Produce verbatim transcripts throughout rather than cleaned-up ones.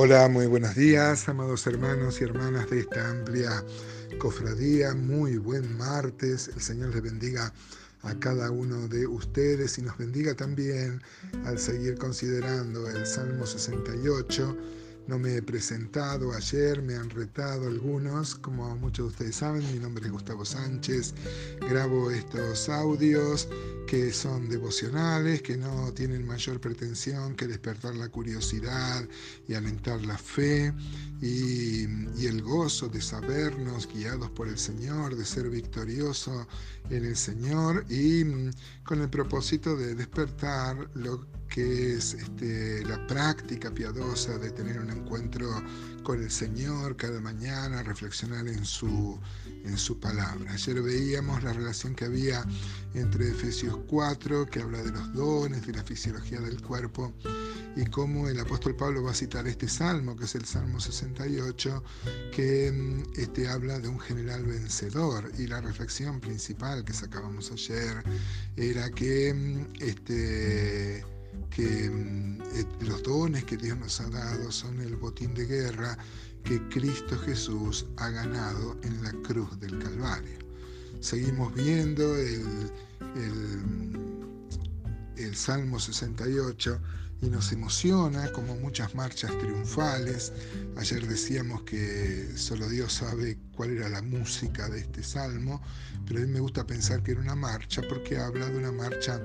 Hola, muy buenos días, amados hermanos y hermanas de esta amplia cofradía. Muy buen martes. El Señor les bendiga a cada uno de ustedes y nos bendiga también al seguir considerando el Salmo sesenta y ocho. No me he presentado ayer, me han retado algunos. Como muchos de ustedes saben, mi nombre es Gustavo Sánchez. Grabo estos audios que son devocionales, que no tienen mayor pretensión que despertar la curiosidad y alentar la fe y, y el gozo de sabernos guiados por el Señor, de ser victorioso en el Señor, y con el propósito de despertar lo que es este, la práctica piadosa de tener un encuentro con el Señor cada mañana, reflexionar en su, en su palabra. Ayer veíamos la relación que había entre Efesios cuatro, que habla de los dones, de la fisiología del cuerpo, y cómo el apóstol Pablo va a citar este salmo, que es el Salmo sesenta y ocho, que este, habla de un general vencedor. Y la reflexión principal que sacábamos ayer era que este, que eh, los dones que Dios nos ha dado son el botín de guerra que Cristo Jesús ha ganado en la cruz del Calvario. Seguimos viendo el, el, el Salmo sesenta y ocho y nos emociona como muchas marchas triunfales. Ayer decíamos que solo Dios sabe cuál era la música de este salmo, pero a mí me gusta pensar que era una marcha porque habla de una marcha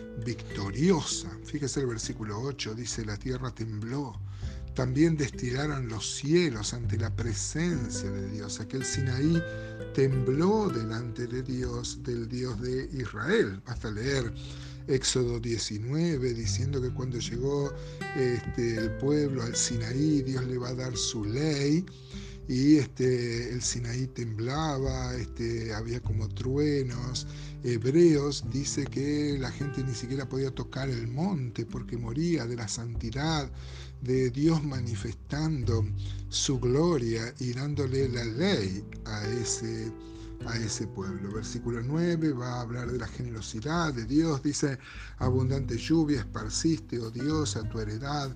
victoriosa. Fíjese el versículo ocho, dice: la tierra tembló, también destilaron los cielos ante la presencia de Dios. Aquel Sinaí tembló delante de Dios, del Dios de Israel. Basta leer Éxodo diecinueve, diciendo que cuando llegó este, el pueblo al Sinaí, Dios le va a dar su ley, y este, el Sinaí temblaba, este, había como truenos. Hebreos dice que la gente ni siquiera podía tocar el monte porque moría de la santidad de Dios manifestando su gloria y dándole la ley a ese a ese pueblo. Versículo nueve va a hablar de la generosidad de Dios. Dice: abundante lluvia esparciste, oh Dios, a tu heredad,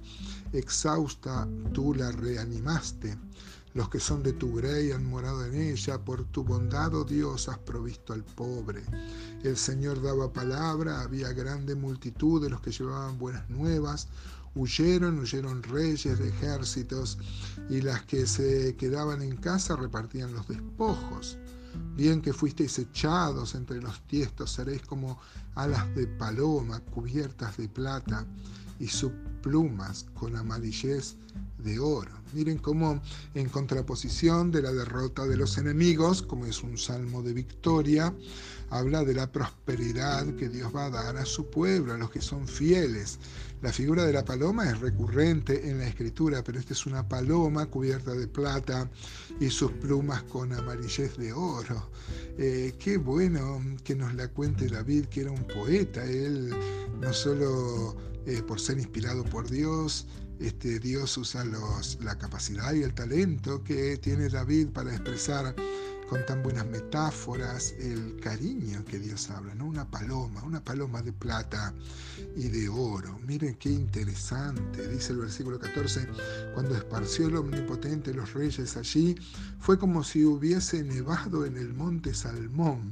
exhausta tú la reanimaste. Los que son de tu grey han morado en ella, por tu bondad, oh Dios, has provisto al pobre. El Señor daba palabra, había grande multitud de los que llevaban buenas nuevas. Huyeron, huyeron reyes de ejércitos, y las que se quedaban en casa repartían los despojos. Bien que fuisteis echados entre los tiestos, seréis como alas de paloma cubiertas de plata y sus plumas con amarillez de oro. Miren cómo, en contraposición de la derrota de los enemigos, como es un salmo de victoria, habla de la prosperidad que Dios va a dar a su pueblo, a los que son fieles. La figura de la paloma es recurrente en la Escritura, pero esta es una paloma cubierta de plata y sus plumas con amarillez de oro. Eh, qué bueno que nos la cuente David, que era un poeta. Él no solo eh, por ser inspirado por Dios, Este, Dios usa los, la capacidad y el talento que tiene David para expresar con tan buenas metáforas el cariño que Dios habla, ¿no? Una paloma, una paloma de plata y de oro. Miren qué interesante, dice el versículo catorce: cuando esparció el Omnipotente los reyes allí, fue como si hubiese nevado en el monte Salmón.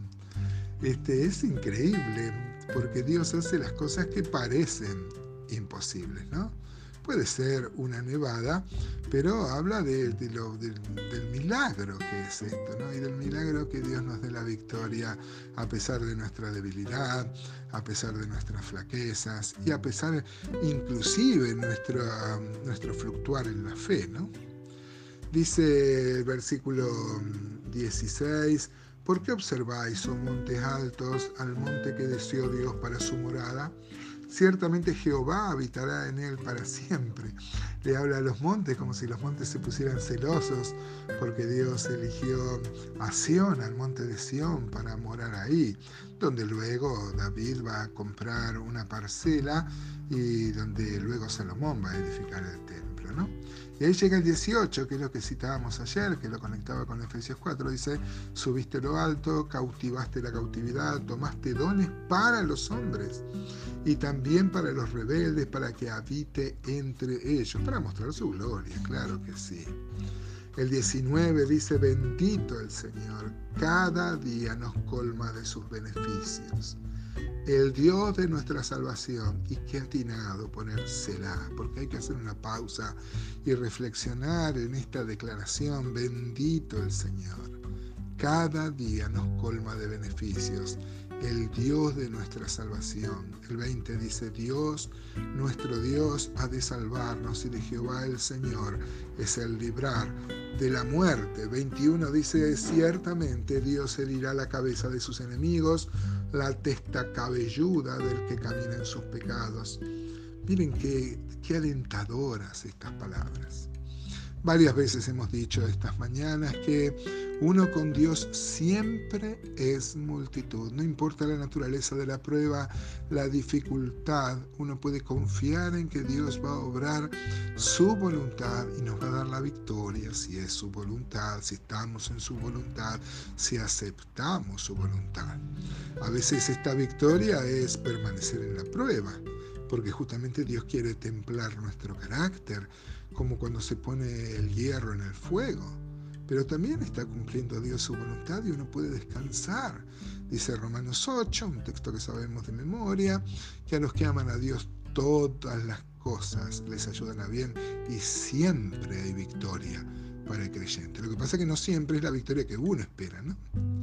Este, es increíble, porque Dios hace las cosas que parecen imposibles, ¿no? Puede ser una nevada, pero habla de, de lo, de, del milagro que es esto, ¿no? Y del milagro que Dios nos dé la victoria a pesar de nuestra debilidad, a pesar de nuestras flaquezas y a pesar inclusive nuestro, nuestro fluctuar en la fe, ¿no? Dice el versículo dieciséis: ¿por qué observáis, oh montes altos, al monte que deseó Dios para su morada? Ciertamente Jehová habitará en él para siempre. Le habla a los montes como si los montes se pusieran celosos porque Dios eligió a Sión, al monte de Sión, para morar ahí, donde luego David va a comprar una parcela y donde luego Salomón va a edificar el templo, ¿no? Y ahí llega el dieciocho, que es lo que citábamos ayer, que lo conectaba con Efesios cuatro, dice, subiste lo alto, cautivaste la cautividad, tomaste dones para los hombres y también para los rebeldes, para que habite entre ellos, para mostrar su gloria, claro que sí. El diecinueve dice, bendito el Señor, cada día nos colma de sus beneficios. El Dios de nuestra salvación, y qué atinado ponérsela, porque hay que hacer una pausa y reflexionar en esta declaración, bendito el Señor, cada día nos colma de beneficios, el Dios de nuestra salvación. El veinte dice, Dios, nuestro Dios, ha de salvarnos, y de Jehová el Señor es el librar de la muerte. veintiuno dice, ciertamente Dios herirá la cabeza de sus enemigos, la testa cabelluda del que camina en sus pecados. Miren qué, qué alentadoras estas palabras. Varias veces hemos dicho estas mañanas que uno con Dios siempre es multitud. No importa la naturaleza de la prueba, la dificultad, uno puede confiar en que Dios va a obrar su voluntad y nos va a dar la victoria si es su voluntad, si estamos en su voluntad, si aceptamos su voluntad. A veces esta victoria es permanecer en la prueba, porque justamente Dios quiere templar nuestro carácter, como cuando se pone el hierro en el fuego. Pero también está cumpliendo Dios su voluntad y uno puede descansar. Dice Romanos ocho, un texto que sabemos de memoria, que a los que aman a Dios todas las cosas les ayudan a bien y siempre hay victoria para el creyente. Lo que pasa es que no siempre es la victoria que uno espera, ¿no?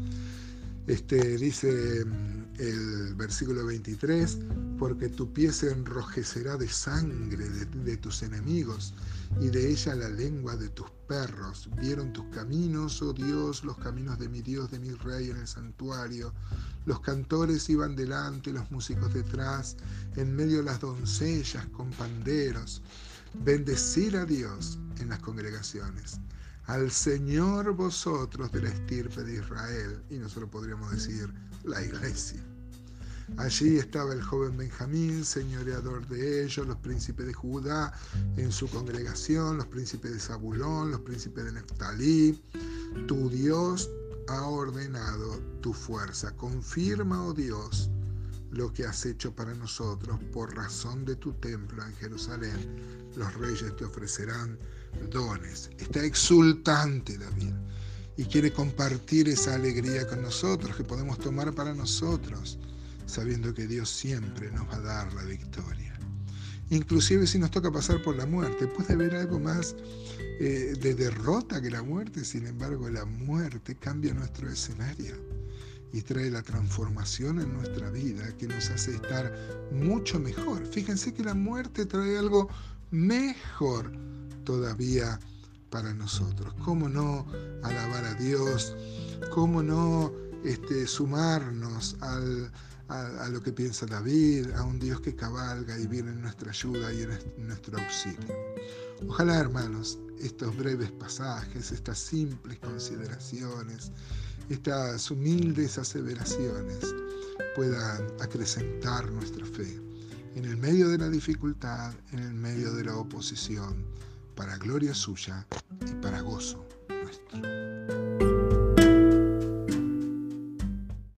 Este, dice el versículo veintitrés, porque tu pie se enrojecerá de sangre de, de tus enemigos, y de ella la lengua de tus perros. Vieron tus caminos, oh Dios, los caminos de mi Dios, de mi Rey en el santuario. Los cantores iban delante, los músicos detrás, en medio de las doncellas con panderos. Bendecid a Dios en las congregaciones. Al Señor vosotros de la estirpe de Israel, y nosotros podríamos decir la iglesia. Allí estaba el joven Benjamín, señoreador de ellos, los príncipes de Judá en su congregación, los príncipes de Zabulón, los príncipes de Neftalí. Tu Dios ha ordenado tu fuerza. Confirma, oh Dios, lo que has hecho para nosotros por razón de tu templo en Jerusalén. Los reyes te ofrecerán dones. Está exultante David y quiere compartir esa alegría con nosotros, que podemos tomar para nosotros, sabiendo que Dios siempre nos va a dar la victoria. Inclusive si nos toca pasar por la muerte, puede haber algo más eh, de derrota que la muerte. Sin embargo, la muerte cambia nuestro escenario y trae la transformación en nuestra vida que nos hace estar mucho mejor. Fíjense que la muerte trae algo mejor todavía para nosotros. ¿Cómo no alabar a Dios? ¿Cómo no este, sumarnos al A, a lo que piensa David, a un Dios que cabalga y viene en nuestra ayuda y en nuestro auxilio? Ojalá, hermanos, estos breves pasajes, estas simples consideraciones, estas humildes aseveraciones puedan acrecentar nuestra fe en el medio de la dificultad, en el medio de la oposición, para gloria suya y para gozo nuestro.